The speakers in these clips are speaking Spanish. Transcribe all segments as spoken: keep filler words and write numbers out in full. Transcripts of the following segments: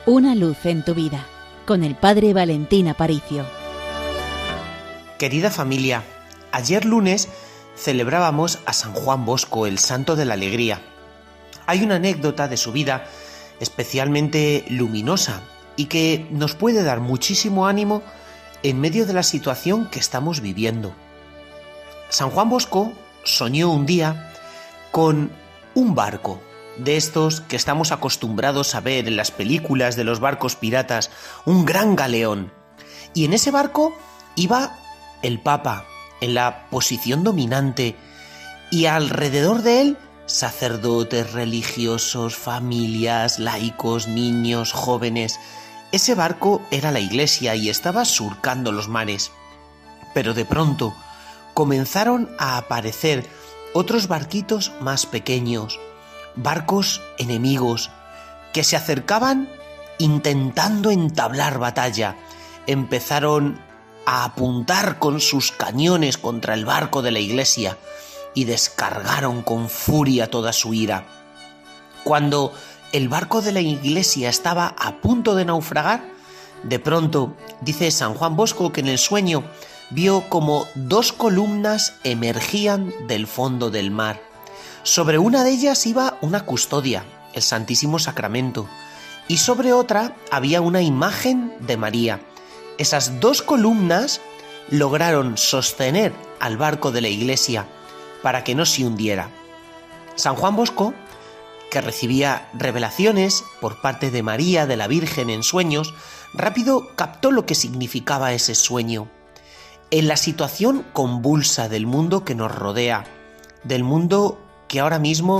Una luz en tu vida, con el Padre Valentín Aparicio. Querida familia, ayer lunes celebrábamos a San Juan Bosco, el santo de la alegría. Hay una anécdota de su vida especialmente luminosa y que nos puede dar muchísimo ánimo en medio de la situación que estamos viviendo. San Juan Bosco soñó un día con un barco, de estos que estamos acostumbrados a ver en las películas de los barcos piratas, un gran galeón. Y en ese barco iba el Papa, en la posición dominante, y alrededor de él sacerdotes, religiosos, familias, laicos, niños, jóvenes. Ese barco era la Iglesia y estaba surcando los mares. Pero de pronto comenzaron a aparecer otros barquitos más pequeños, barcos enemigos, que se acercaban intentando entablar batalla. Empezaron a apuntar con sus cañones contra el barco de la Iglesia y descargaron con furia toda su ira. Cuando el barco de la Iglesia estaba a punto de naufragar, de pronto, dice San Juan Bosco que en el sueño vio como dos columnas emergían del fondo del mar. Sobre una de ellas iba una custodia, el Santísimo Sacramento, y sobre otra había una imagen de María. Esas dos columnas lograron sostener al barco de la Iglesia para que no se hundiera. San Juan Bosco, que recibía revelaciones por parte de María, de la Virgen en sueños, rápido captó lo que significaba ese sueño. En la situación convulsa del mundo que nos rodea, del mundo que ahora mismo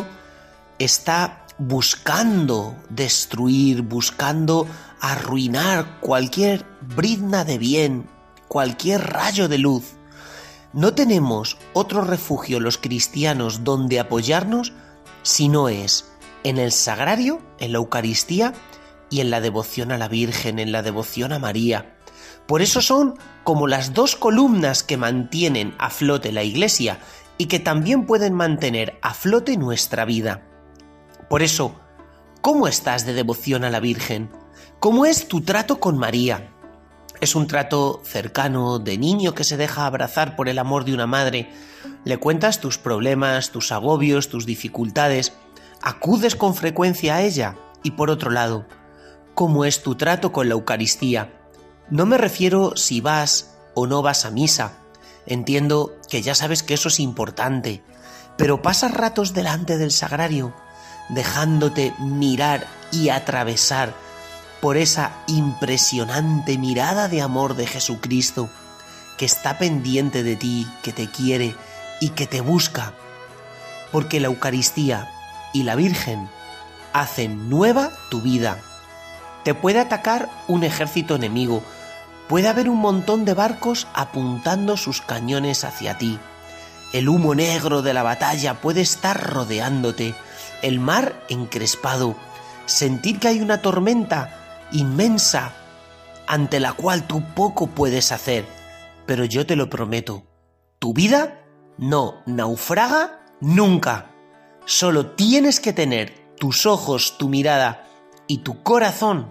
está buscando destruir, buscando arruinar cualquier brizna de bien, cualquier rayo de luz. No tenemos otro refugio los cristianos donde apoyarnos si no es en el sagrario, en la Eucaristía y en la devoción a la Virgen, en la devoción a María. Por eso son como las dos columnas que mantienen a flote la Iglesia y que también pueden mantener a flote nuestra vida. Por eso, ¿cómo estás de devoción a la Virgen? ¿Cómo es tu trato con María? ¿Es un trato cercano, de niño que se deja abrazar por el amor de una madre? ¿Le cuentas tus problemas, tus agobios, tus dificultades? ¿Acudes con frecuencia a ella? Y por otro lado, ¿cómo es tu trato con la Eucaristía? No me refiero si vas o no vas a misa. Entiendo que ya sabes que eso es importante, pero pasas ratos delante del sagrario, dejándote mirar y atravesar por esa impresionante mirada de amor de Jesucristo, que está pendiente de ti, que te quiere y que te busca, porque la Eucaristía y la Virgen hacen nueva tu vida. Te puede atacar un ejército enemigo, puede haber un montón de barcos apuntando sus cañones hacia ti. El humo negro de la batalla puede estar rodeándote, el mar encrespado, sentir que hay una tormenta inmensa ante la cual tú poco puedes hacer. Pero yo te lo prometo, tu vida no naufraga nunca. Solo tienes que tener tus ojos, tu mirada y tu corazón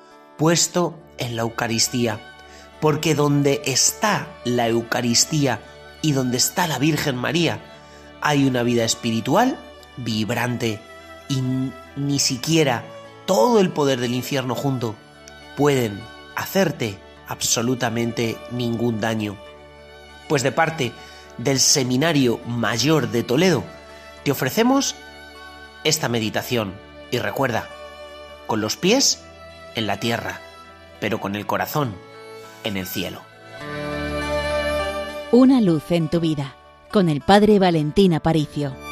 puesto en la Eucaristía. Porque donde está la Eucaristía y donde está la Virgen María, hay una vida espiritual vibrante y ni siquiera todo el poder del infierno junto pueden hacerte absolutamente ningún daño. Pues de parte del Seminario Mayor de Toledo, te ofrecemos esta meditación y recuerda, con los pies en la tierra, pero con el corazón en el cielo. Una luz en tu vida, con el Padre Valentín Aparicio.